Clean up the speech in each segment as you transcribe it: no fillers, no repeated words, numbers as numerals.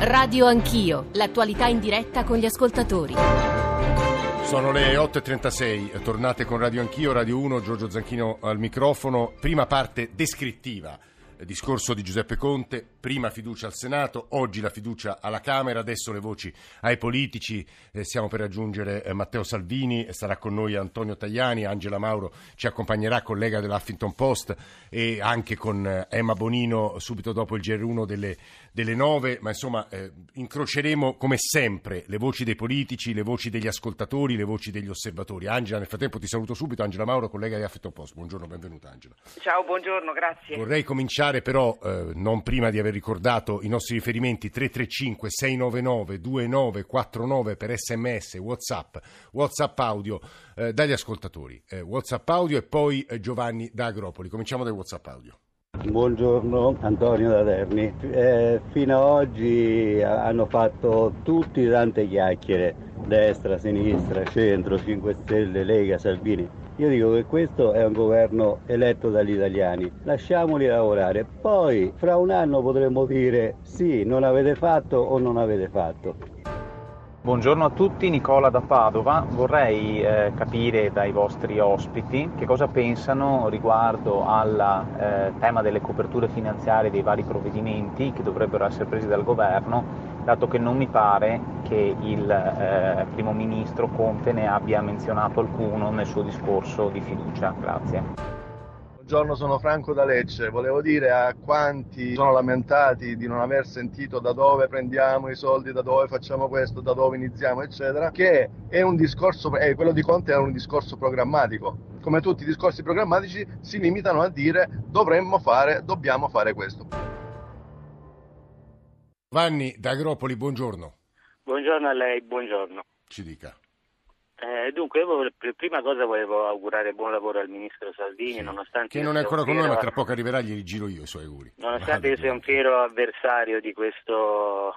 Radio Anch'io, l'attualità in diretta con gli ascoltatori. Sono le 8.36, tornate con Radio Anch'io, Radio 1, Giorgio Zanchino al microfono. Prima parte descrittiva, discorso di Giuseppe Conte, prima fiducia al Senato, oggi la fiducia alla Camera, adesso le voci ai politici. Stiamo per raggiungere Matteo Salvini, sarà con noi Antonio Tajani, Angela Mauro ci accompagnerà, collega dell'Huffington Post, e anche con Emma Bonino subito dopo il GR1 delle 9, ma insomma incroceremo come sempre le voci dei politici, le voci degli ascoltatori, le voci degli osservatori. Angela, nel frattempo ti saluto subito, Angela Mauro, collega di Huffington Post. Buongiorno, benvenuta Angela. Ciao, buongiorno, grazie. Vorrei cominciare però, non prima di aver ricordato i nostri riferimenti: 335 699 2949 per SMS, WhatsApp audio dagli ascoltatori, WhatsApp audio, e poi Giovanni da Agropoli. Cominciamo dai WhatsApp audio. Buongiorno, Antonio da Terni. Fino ad oggi hanno fatto tutti tante chiacchiere, destra, sinistra, centro, 5 Stelle, Lega, Salvini. Io dico che questo è un governo eletto dagli italiani, lasciamoli lavorare, poi fra un anno potremo dire sì, non avete fatto o non avete fatto. Buongiorno a tutti, Nicola da Padova. Vorrei capire dai vostri ospiti che cosa pensano riguardo al tema delle coperture finanziarie dei vari provvedimenti che dovrebbero essere presi dal governo, dato che non mi pare che il primo ministro Conte ne abbia menzionato alcuno nel suo discorso di fiducia. Grazie. Buongiorno, sono Franco da Lecce. Volevo dire a quanti sono lamentati di non aver sentito da dove prendiamo i soldi, da dove facciamo questo, da dove iniziamo, eccetera, che è un discorso, quello di Conte è un discorso programmatico. Come tutti i discorsi programmatici si limitano a dire dobbiamo fare questo. Giovanni da Agropoli, buongiorno. Buongiorno a lei, buongiorno. Ci dica. Dunque, io per prima cosa volevo augurare buon lavoro al ministro Salvini, sì, nonostante che non è ancora con noi, ma tra poco arriverà, gli rigiro io i suoi auguri. Nonostante io sia un fiero avversario di questo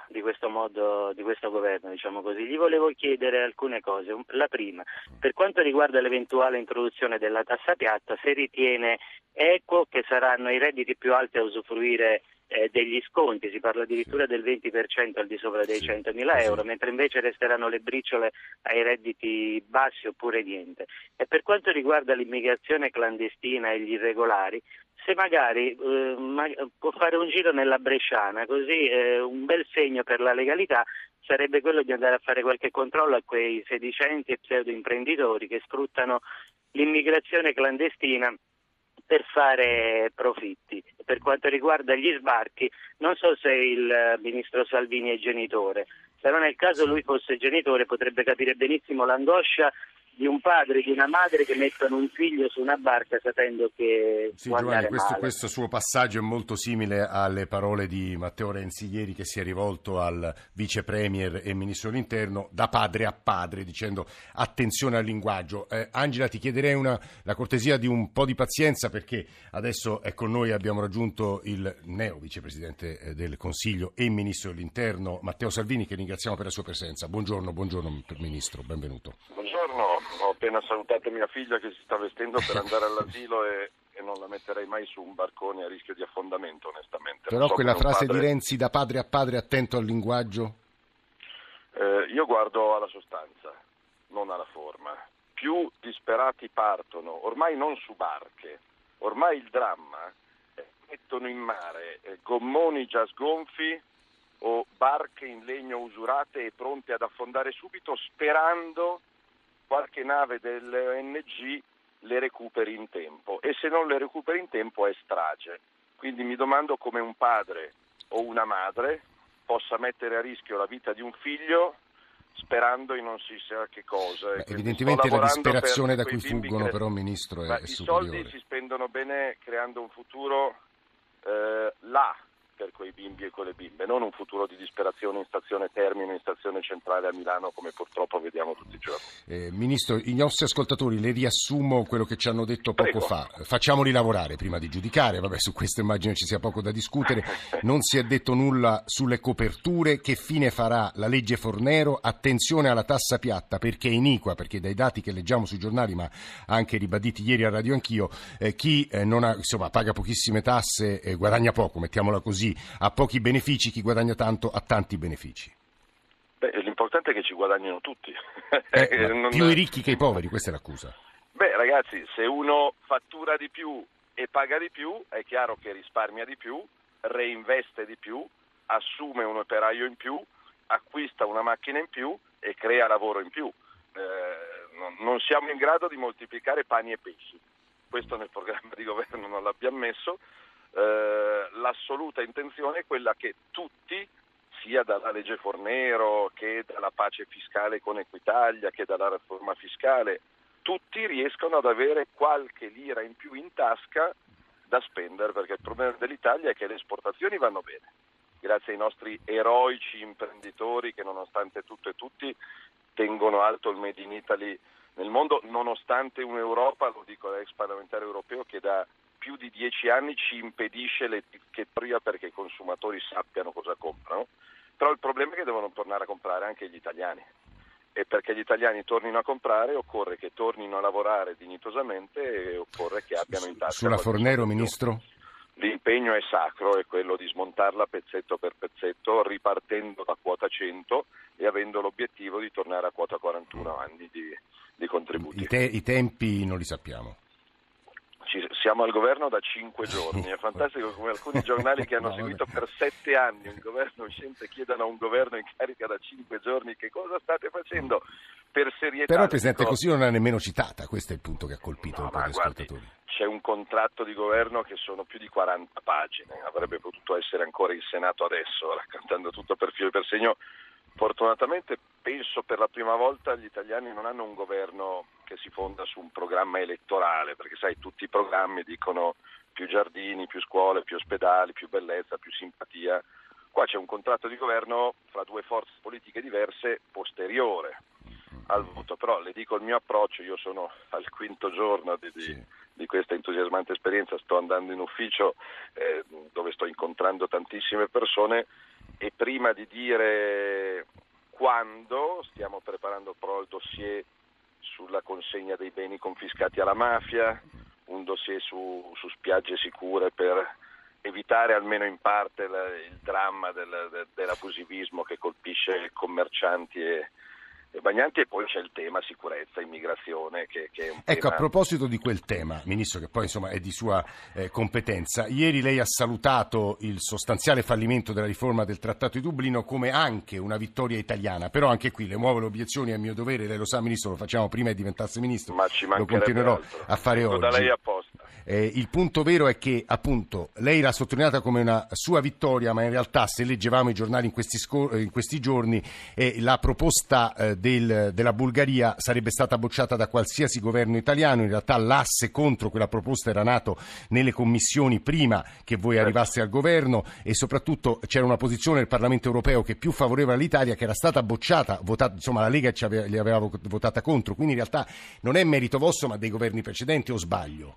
governo, diciamo così, gli volevo chiedere alcune cose. La prima, per quanto riguarda l'eventuale introduzione della tassa piatta, se ritiene equo che saranno i redditi più alti a usufruire degli sconti, si parla addirittura del 20% al di sopra dei 100.000 euro, mentre invece resteranno le briciole ai redditi bassi oppure niente. E per quanto riguarda l'immigrazione clandestina e gli irregolari, se magari può fare un giro nella Bresciana, così un bel segno per la legalità sarebbe quello di andare a fare qualche controllo a quei sedicenti e pseudo imprenditori che sfruttano l'immigrazione clandestina per fare profitti. Per quanto riguarda gli sbarchi, non so se il ministro Salvini è genitore, però nel caso lui fosse genitore potrebbe capire benissimo l'angoscia di un padre e di una madre che mettono un figlio su una barca sapendo che può andare male. Questo suo passaggio è molto simile alle parole di Matteo Renzi ieri, che si è rivolto al vice premier e ministro dell'interno da padre a padre, dicendo attenzione al linguaggio. Angela, ti chiederei la cortesia di un po' di pazienza, perché adesso è con noi, abbiamo raggiunto il neo vicepresidente del Consiglio e ministro dell'interno Matteo Salvini, che ringraziamo per la sua presenza. Buongiorno ministro, benvenuto. Buongiorno, ho appena salutato mia figlia che si sta vestendo per andare all'asilo e non la metterei mai su un barcone a rischio di affondamento, onestamente. Però quella frase di Renzi da padre a padre, attento al linguaggio? Io guardo alla sostanza, non alla forma. Più disperati partono, ormai non su barche, ormai il dramma mettono in mare gommoni già sgonfi o barche in legno usurate e pronte ad affondare subito, sperando qualche nave dell'ONG le recuperi in tempo, e se non le recuperi in tempo è strage. Quindi mi domando come un padre o una madre possa mettere a rischio la vita di un figlio sperando in non si sa che cosa. Evidentemente la disperazione da cui fuggono però, Ministro, è superiore. I soldi si spendono bene creando un futuro là per quei bimbi e quelle bimbe, non un futuro di disperazione in stazione Termine, in stazione centrale a Milano, come purtroppo vediamo tutti i giorni. Ministro, i nostri ascoltatori, le riassumo quello che ci hanno detto poco fa. Facciamoli lavorare prima di giudicare, su questo immagino ci sia poco da discutere. Non si è detto nulla sulle coperture, che fine farà la legge Fornero, attenzione alla tassa piatta perché è iniqua, perché dai dati che leggiamo sui giornali, ma anche ribaditi ieri a Radio Anch'io, chi non ha, paga pochissime tasse, guadagna poco, mettiamola così, ha pochi benefici, chi guadagna tanto ha tanti benefici. Beh, l'importante è che ci guadagnino tutti. Più i ricchi che i poveri, questa è l'accusa. Beh, ragazzi, se uno fattura di più e paga di più, è chiaro che risparmia di più, reinveste di più, assume un operaio in più, acquista una macchina in più e crea lavoro in più. Non siamo in grado di moltiplicare pani e pesci. Questo nel programma di governo non l'abbiamo messo. L'assoluta intenzione è quella che tutti, sia dalla legge Fornero che dalla pace fiscale con Equitalia che dalla riforma fiscale, tutti riescono ad avere qualche lira in più in tasca da spendere, perché il problema dell'Italia è che le esportazioni vanno bene, grazie ai nostri eroici imprenditori che nonostante tutto e tutti tengono alto il Made in Italy nel mondo, nonostante un'Europa, lo dico da ex parlamentare europeo, che da più di 10 anni ci impedisce l'etichettatura perché i consumatori sappiano cosa comprano. Però il problema è che devono tornare a comprare anche gli italiani, e perché gli italiani tornino a comprare occorre che tornino a lavorare dignitosamente e occorre che abbiano in tasca. Sulla Fornero, Ministro? L'impegno è sacro, è quello di smontarla pezzetto per pezzetto, ripartendo da quota 100 e avendo l'obiettivo di tornare a quota 41 anni di contributi. I tempi non li sappiamo. Siamo al governo da 5 giorni, è fantastico come alcuni giornali che hanno seguito per 7 anni un governo uscente chiedano a un governo in carica da 5 giorni che cosa state facendo per serietà. Però il Presidente così non l'ha nemmeno citata, questo è il punto che ha colpito un po' gli ascoltatori. C'è un contratto di governo che sono più di 40 pagine, avrebbe potuto essere ancora in Senato adesso, raccontando tutto per filo e per segno. Fortunatamente penso per la prima volta gli italiani non hanno un governo che si fonda su un programma elettorale, perché sai, tutti i programmi dicono più giardini, più scuole, più ospedali, più bellezza, più simpatia. Qua c'è un contratto di governo fra due forze politiche diverse posteriore al voto, però le dico il mio approccio, io sono al 5° giorno di questa entusiasmante esperienza, sto andando in ufficio dove sto incontrando tantissime persone e prima di dire quando stiamo preparando però il dossier sulla consegna dei beni confiscati alla mafia, un dossier su spiagge sicure per evitare almeno in parte il dramma dell'abusivismo che colpisce commercianti e bagnanti, e poi c'è il tema sicurezza, immigrazione che è un Ecco, tema... a proposito di quel tema, Ministro, che poi insomma è di sua competenza, ieri lei ha salutato il sostanziale fallimento della riforma del Trattato di Dublino come anche una vittoria italiana, però anche qui le muove le obiezioni, è mio dovere, lei lo sa Ministro, lo facciamo prima che diventasse Ministro, ma ci lo continuerò altro. a fare oggi. Da lei apposta. Il punto vero è che appunto lei l'ha sottolineata come una sua vittoria, ma in realtà se leggevamo i giornali in questi giorni la proposta della Bulgaria sarebbe stata bocciata da qualsiasi governo italiano. In realtà l'asse contro quella proposta era nato nelle commissioni prima che voi arrivaste al governo, e soprattutto c'era una posizione del Parlamento europeo che è più favorevole all'Italia, che era stata bocciata, insomma la Lega li aveva votata contro, quindi in realtà non è merito vostro ma dei governi precedenti, o sbaglio?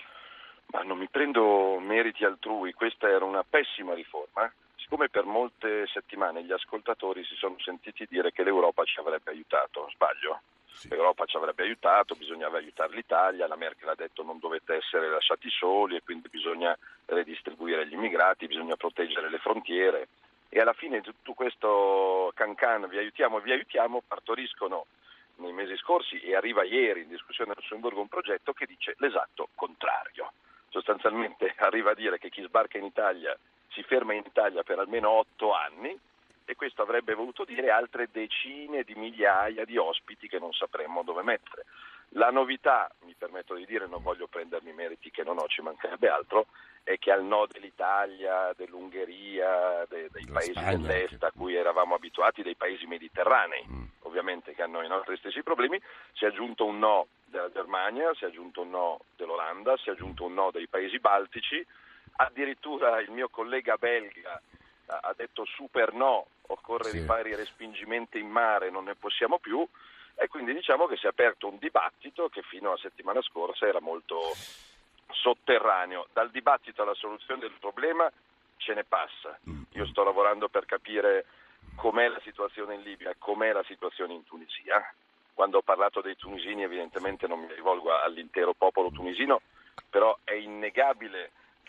Ma non mi prendo meriti altrui, questa era una pessima riforma. Siccome per molte settimane gli ascoltatori si sono sentiti dire che l'Europa ci avrebbe aiutato, sbaglio? Sì. L'Europa ci avrebbe aiutato, bisognava aiutare l'Italia, la Merkel ha detto non dovete essere lasciati soli e quindi bisogna redistribuire gli immigrati, bisogna proteggere le frontiere, e alla fine tutto questo cancan vi aiutiamo partoriscono nei mesi scorsi e arriva ieri in discussione a Lussemburgo un progetto che dice l'esatto contrario. Sostanzialmente arriva a dire che chi sbarca in Italia si ferma in Italia per almeno 8 anni, e questo avrebbe voluto dire altre decine di migliaia di ospiti che non sapremmo dove mettere. La novità, mi permetto di dire, non voglio prendermi meriti che non ho, ci mancherebbe altro, è che al no dell'Italia, dell'Ungheria, dei paesi dell'est a cui eravamo abituati, dei paesi mediterranei, ovviamente che hanno i nostri stessi problemi, si è aggiunto un no della Germania, si è aggiunto un no dell'Olanda, si è aggiunto un no dei paesi baltici, addirittura il mio collega belga ha detto super no, occorre rifare i respingimenti in mare, non ne possiamo più, e quindi diciamo che si è aperto un dibattito che fino a settimana scorsa era molto sotterraneo. Dal dibattito alla soluzione del problema ce ne passa. Io sto lavorando per capire com'è la situazione in Libia, com'è la situazione in Tunisia. Quando ho parlato dei tunisini evidentemente non mi rivolgo all'intero popolo tunisino, però è innegabile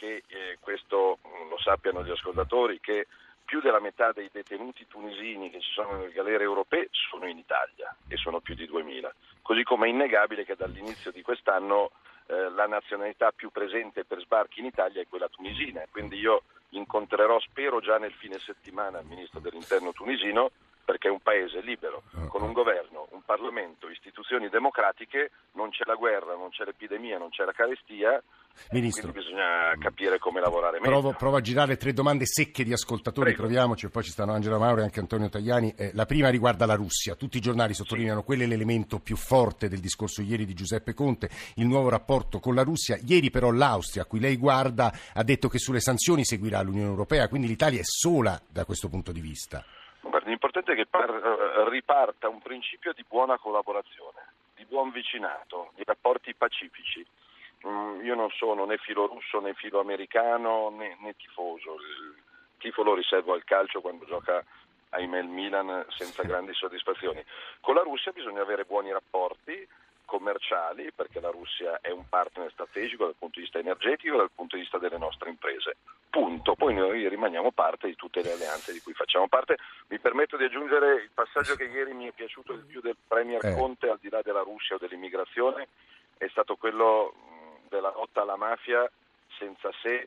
che questo lo sappiano gli ascoltatori, che più della metà dei detenuti tunisini che ci sono nelle galere europee sono in Italia e sono più di 2000, così come è innegabile che dall'inizio di quest'anno la nazionalità più presente per sbarchi in Italia è quella tunisina, quindi io incontrerò, spero già nel fine settimana, il ministro dell'interno tunisino, perché è un paese libero, con un governo, un Parlamento, istituzioni democratiche, non c'è la guerra, non c'è l'epidemia, non c'è la carestia. Ministro, quindi bisogna capire come lavorare meglio. provo a girare 3 domande secche di ascoltatori. Prego. Proviamoci, e poi ci stanno Angela Mauro e anche Antonio Tajani. La prima riguarda la Russia. Tutti i giornali sottolineano quello è l'elemento più forte del discorso ieri di Giuseppe Conte, il nuovo rapporto con la Russia. Ieri però l'Austria, a cui lei guarda, ha detto che sulle sanzioni seguirà l'Unione Europea, quindi l'Italia è sola da questo punto di vista. Guarda, l'importante è che riparta un principio di buona collaborazione, di buon vicinato, di rapporti pacifici. Io non sono né filorusso né filoamericano né tifoso. Il tifo lo riservo al calcio quando gioca, ahimè, il Milan senza grandi soddisfazioni. Con la Russia bisogna avere buoni rapporti commerciali, perché la Russia è un partner strategico dal punto di vista energetico e dal punto di vista delle nostre imprese. Punto. Poi noi rimaniamo parte di tutte le alleanze di cui facciamo parte. Mi permetto di aggiungere il passaggio che ieri mi è piaciuto di più del Premier Conte, al di là della Russia o dell'immigrazione, è stato quello della lotta alla mafia senza se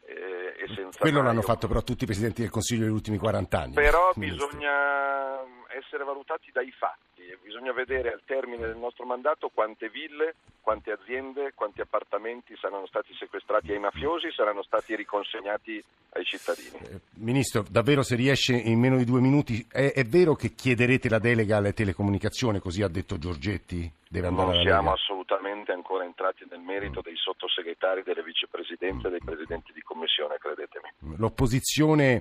e senza quello mai. L'hanno fatto però tutti i presidenti del Consiglio negli ultimi 40 anni. Però Ministro. Bisogna essere valutati dai fatti e bisogna vedere al termine del nostro mandato quante ville, quante aziende, quanti appartamenti saranno stati sequestrati ai mafiosi, saranno stati riconsegnati ai cittadini. Ministro, davvero, se riesce in meno di 2 minuti, è vero che chiederete la delega alle telecomunicazioni, così ha detto Giorgetti? Deve andare Non alla siamo Lega. assolutamente ancora entrati nel merito dei sottosegretari, delle vicepresidenze e dei presidenti di commissione, credetemi. L'opposizione,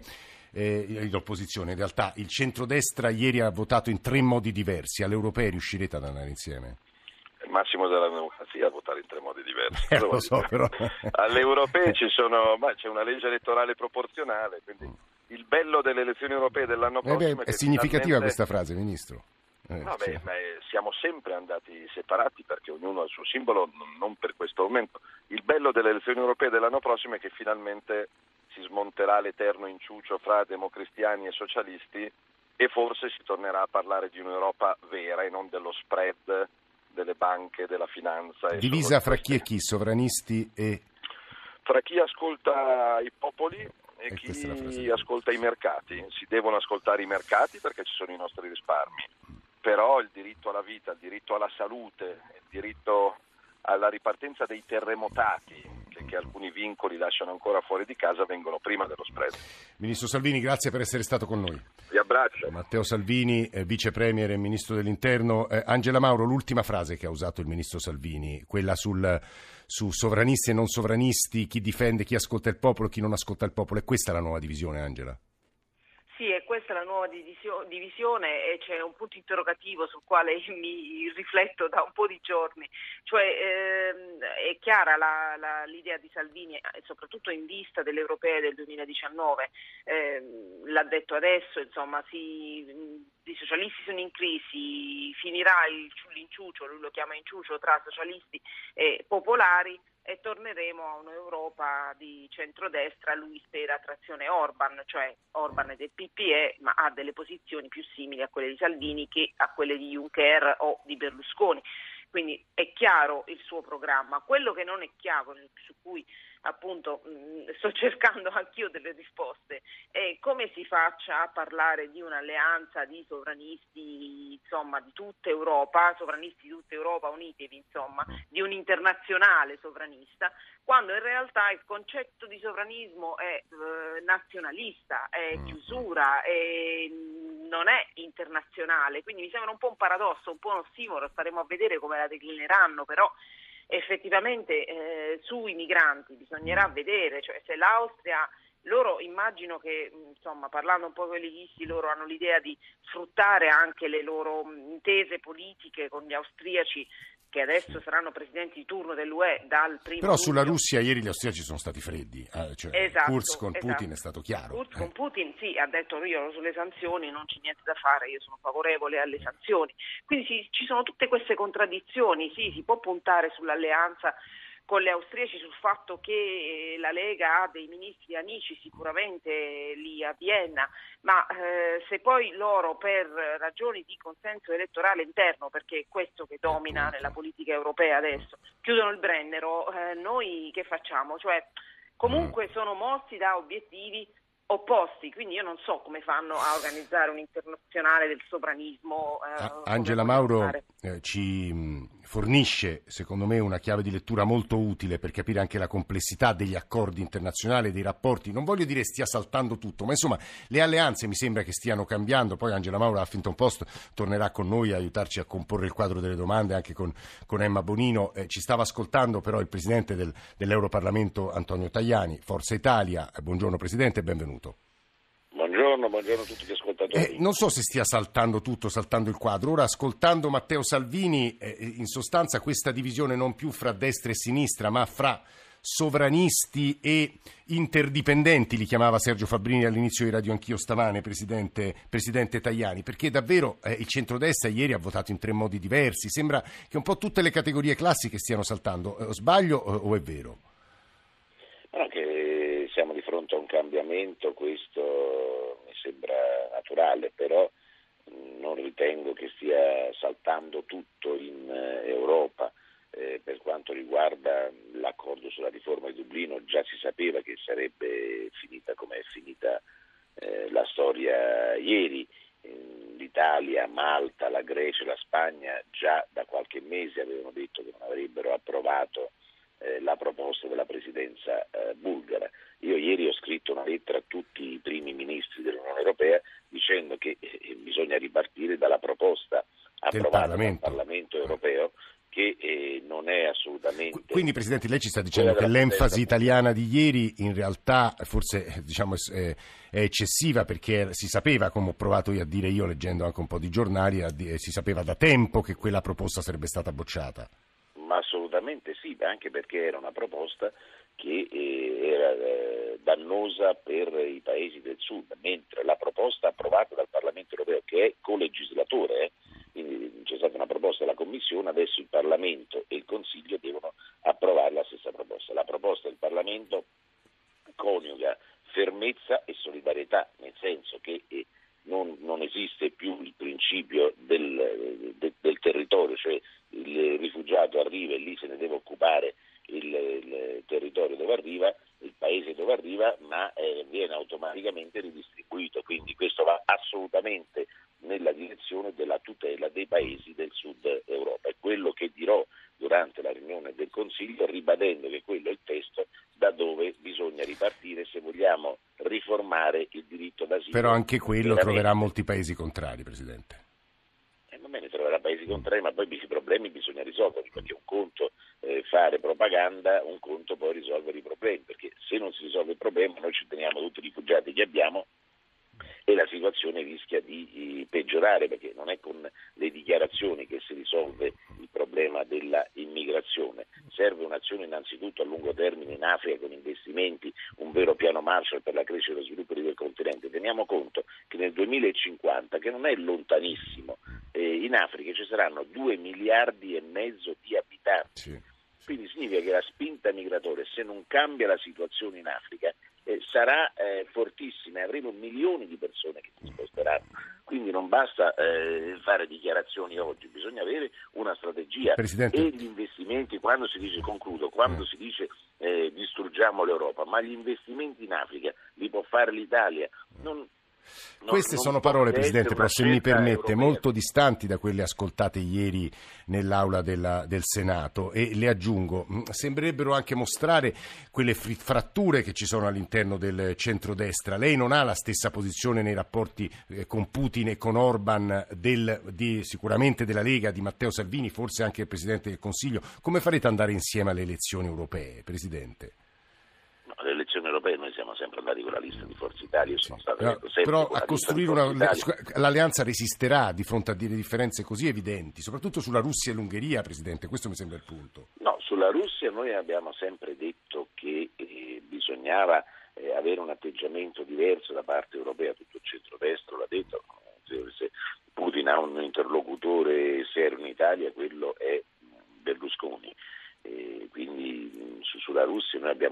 in realtà il centrodestra ieri ha votato in 3 modi diversi. Alle europee riuscirete ad andare insieme? È il massimo della democrazia votare in 3 modi diversi. Lo so, però. Alle europee c'è una legge elettorale proporzionale, quindi il bello delle elezioni europee dell'anno prossimo è significativa questa frase, Ministro. Siamo sempre andati separati perché ognuno ha il suo simbolo, non per questo momento. Il bello delle elezioni europee dell'anno prossimo è che finalmente si smonterà l'eterno inciucio fra democristiani e socialisti e forse si tornerà a parlare di un'Europa vera e non dello spread delle banche, della finanza. Divisa fra chi e chi, sovranisti e... Fra chi ascolta i popoli e chi ascolta i mercati. Si devono ascoltare i mercati perché ci sono i nostri risparmi, però il diritto alla vita, il diritto alla salute, il diritto alla ripartenza dei terremotati, che alcuni vincoli lasciano ancora fuori di casa, vengono prima dello spread. Ministro Salvini, grazie per essere stato con noi. Vi abbraccio. Matteo Salvini, vice premier e ministro dell'interno. Angela Mauro, l'ultima frase che ha usato il ministro Salvini, quella su sovranisti e non sovranisti, chi difende, chi ascolta il popolo, chi non ascolta il popolo, è questa la nuova divisione, Angela? Sì, e questa è la nuova divisione e c'è un punto interrogativo sul quale mi rifletto da un po' di giorni. Cioè è chiara l'idea di Salvini, soprattutto in vista delle europee del 2019, l'ha detto adesso, insomma, i socialisti sono in crisi, finirà l'inciucio, lui lo chiama inciucio, tra socialisti e popolari, e torneremo a un'Europa di centrodestra. Lui spera trazione Orban, cioè Orban è del PPE, ma ha delle posizioni più simili a quelle di Salvini che a quelle di Juncker o di Berlusconi. Quindi è chiaro il suo programma. Quello che non è chiaro, su cui appunto sto cercando anch'io delle risposte, è come si faccia a parlare di un'alleanza di sovranisti, insomma, di tutta Europa, sovranisti di tutta Europa, unitevi, insomma, di un internazionale sovranista, quando in realtà il concetto di sovranismo è nazionalista, è chiusura, non è internazionale. Quindi mi sembra un po' un paradosso, un po' un ossimoro, staremo a vedere come la declineranno, però effettivamente sui migranti bisognerà vedere, cioè se l'Austria, loro immagino che, insomma, parlando un po' con i leghisti, loro hanno l'idea di sfruttare anche le loro intese politiche con gli austriaci, che adesso saranno presidenti di turno dell'UE dal primo Però sulla luglio. Russia ieri gli austriaci sono stati freddi, Esatto, Kurz con Putin è stato chiaro. Kurz con Putin sì, ha detto io sulle sanzioni non c'è niente da fare, io sono favorevole alle sanzioni. Quindi ci sono tutte queste contraddizioni, sì, si può puntare sull'alleanza con le austriaci sul fatto che la Lega ha dei ministri amici sicuramente lì a Vienna, ma se poi loro per ragioni di consenso elettorale interno, perché è questo che domina nella politica europea adesso, chiudono il Brennero, noi che facciamo? Cioè, comunque sono mossi da obiettivi opposti, quindi io non so come fanno a organizzare un internazionale del sovranismo. Angela Mauro ci fornisce, secondo me, una chiave di lettura molto utile per capire anche la complessità degli accordi internazionali, dei rapporti. Non voglio dire stia saltando tutto, ma insomma le alleanze mi sembra che stiano cambiando. Poi Angela Mauro, Huffington Post, tornerà con noi a aiutarci a comporre il quadro delle domande anche con Emma Bonino. Ci stava ascoltando però il presidente dell'Europarlamento Antonio Tajani, Forza Italia. Buongiorno Presidente, benvenuto. Buongiorno a tutti gli ascoltatori. Non so se stia saltando tutto, saltando il quadro. Ora, ascoltando Matteo Salvini, in sostanza questa divisione non più fra destra e sinistra, ma fra sovranisti e interdipendenti, li chiamava Sergio Fabbrini all'inizio di Radio Anch'io stamane, Presidente Tajani, perché davvero il centrodestra ieri ha votato in 3 modi diversi. Sembra che un po' tutte le categorie classiche stiano saltando. Sbaglio o è vero? No, che siamo di fronte a un cambiamento, questo mi sembra naturale, però non ritengo che stia saltando tutto in Europa. Per quanto riguarda l'accordo sulla riforma di Dublino, già si sapeva che sarebbe finita come è finita la storia ieri. L'Italia, Malta, la Grecia e la Spagna già da qualche mese avevano detto che non avrebbero approvato la proposta della presidenza bulgara. Io ieri ho scritto una lettera a tutti i primi ministri dell'Unione Europea dicendo che bisogna ripartire dalla proposta approvata dal Parlamento europeo, che non è assolutamente... Quindi Presidente, lei ci sta dicendo che l'enfasi italiana di ieri in realtà forse è eccessiva, perché si sapeva, come ho provato io a dire io leggendo anche un po' di giornali, si sapeva da tempo che quella proposta sarebbe stata bocciata. Ma assolutamente sì, anche perché era una proposta che era dannosa per i paesi del sud, mentre la proposta approvata dal Parlamento europeo, che è colegislatore, quindi c'è stata una proposta della Commissione, adesso il Parlamento e il Consiglio devono approvare la stessa proposta. La proposta del Parlamento coniuga fermezza e solidarietà, nel senso che non esiste più il principio del territorio, cioè il rifugiato arriva e lì se ne deve occupare il territorio dove arriva, il paese dove arriva, ma viene automaticamente ridistribuito, quindi questo va assolutamente nella direzione della tutela dei paesi del sud Europa. È quello che dirò durante la riunione del Consiglio, ribadendo che quello è il testo da dove bisogna ripartire se vogliamo riformare il diritto d'asilo. Però anche quello troverà molti paesi contrari, Presidente. Va bene, troverà paesi contrari, ma poi i problemi bisogna risolverli, perché un conto fare propaganda, un conto poi risolvere i problemi, perché se non si risolve il problema noi ci teniamo tutti i rifugiati che abbiamo e la situazione rischia di peggiorare, perché non è con le dichiarazioni che si risolve il problema della immigrazione. Serve un'azione innanzitutto a lungo termine in Africa con investimenti, un vero piano Marshall per la crescita e lo sviluppo di quel continente. Teniamo conto che nel 2050, che non è lontanissimo, in Africa ci saranno 2,5 miliardi di abitanti. Sì. Quindi significa che la spinta migratoria, se non cambia la situazione in Africa, sarà fortissima e avremo milioni di persone che si sposteranno. Quindi non basta fare dichiarazioni oggi, bisogna avere una strategia. Presidente. E gli investimenti, quando si dice, concludo, quando si dice distruggiamo l'Europa, ma gli investimenti in Africa li può fare l'Italia. Queste sono parole, Presidente, però se mi permette, molto distanti da quelle ascoltate ieri nell'aula del Senato, e le aggiungo, sembrerebbero anche mostrare quelle fratture che ci sono all'interno del centrodestra. Lei non ha la stessa posizione nei rapporti con Putin e con Orban sicuramente della Lega, di Matteo Salvini, forse anche il Presidente del Consiglio. Come farete ad andare insieme alle elezioni europee, Presidente? Le elezioni europee noi siamo sempre andati con la lista di Forza Italia, io sono stato sempre però con la a costruire l'alleanza resisterà di fronte a delle differenze così evidenti, soprattutto sulla Russia e l'Ungheria, Presidente, questo mi sembra il punto. No, sulla Russia noi abbiamo sempre detto che bisognava avere un atteggiamento diverso da parte europea, tutto il centrodestra l'ha detto, se Putin ha un interlocutore serio in Italia quello è Berlusconi. Quindi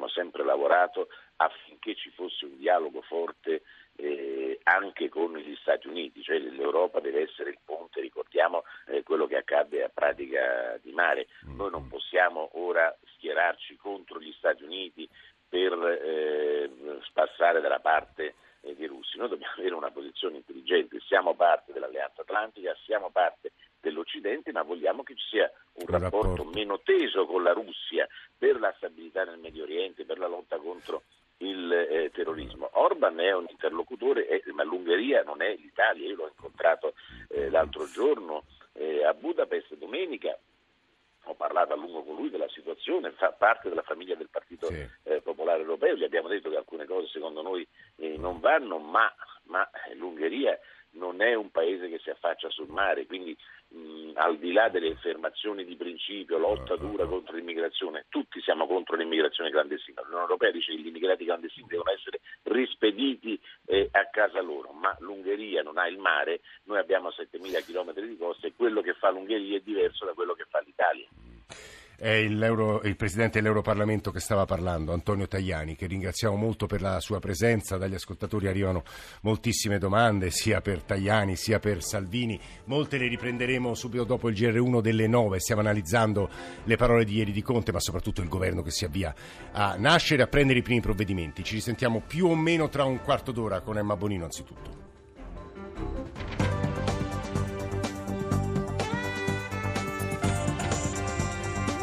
abbiamo sempre lavorato affinché ci fosse un dialogo forte anche con gli Stati Uniti, cioè l'Europa deve essere il ponte, ricordiamo quello che accade a Pratica di Mare. Noi non possiamo ora schierarci contro gli Stati Uniti per spassare dalla parte dei russi. Noi dobbiamo avere una posizione intelligente, siamo parte dell'Alleanza Atlantica, siamo parte dell'Occidente, ma vogliamo che ci sia un rapporto meno teso con la Russia per la stabilità nel Medio Oriente, per la lotta contro il terrorismo. Orban è un interlocutore, ma l'Ungheria non è l'Italia. Io l'ho incontrato l'altro giorno a Budapest, domenica, ho parlato a lungo con lui della situazione, fa parte della famiglia del Partito Popolare Europeo, gli abbiamo detto che alcune cose secondo noi non vanno, ma l'Ungheria non è un paese che si affaccia sul mare, quindi al di là delle affermazioni di principio, lotta dura contro l'immigrazione, tutti siamo contro l'immigrazione clandestina. L'Unione Europea dice che gli immigrati clandestini devono essere rispediti a casa loro, ma l'Ungheria non ha il mare, noi abbiamo 7.000 chilometri di costa e quello che fa l'Ungheria è diverso da quello che fa l'Italia. È il Presidente dell'Europarlamento che stava parlando, Antonio Tajani, che ringraziamo molto per la sua presenza. Dagli ascoltatori arrivano moltissime domande, sia per Tajani sia per Salvini. Molte le riprenderemo subito dopo il GR1 delle 9. Stiamo analizzando le parole di ieri di Conte, ma soprattutto il governo che si avvia a nascere, a prendere i primi provvedimenti. Ci risentiamo più o meno tra un quarto d'ora con Emma Bonino anzitutto.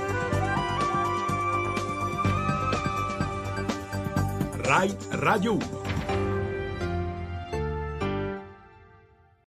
Rai Radio 1.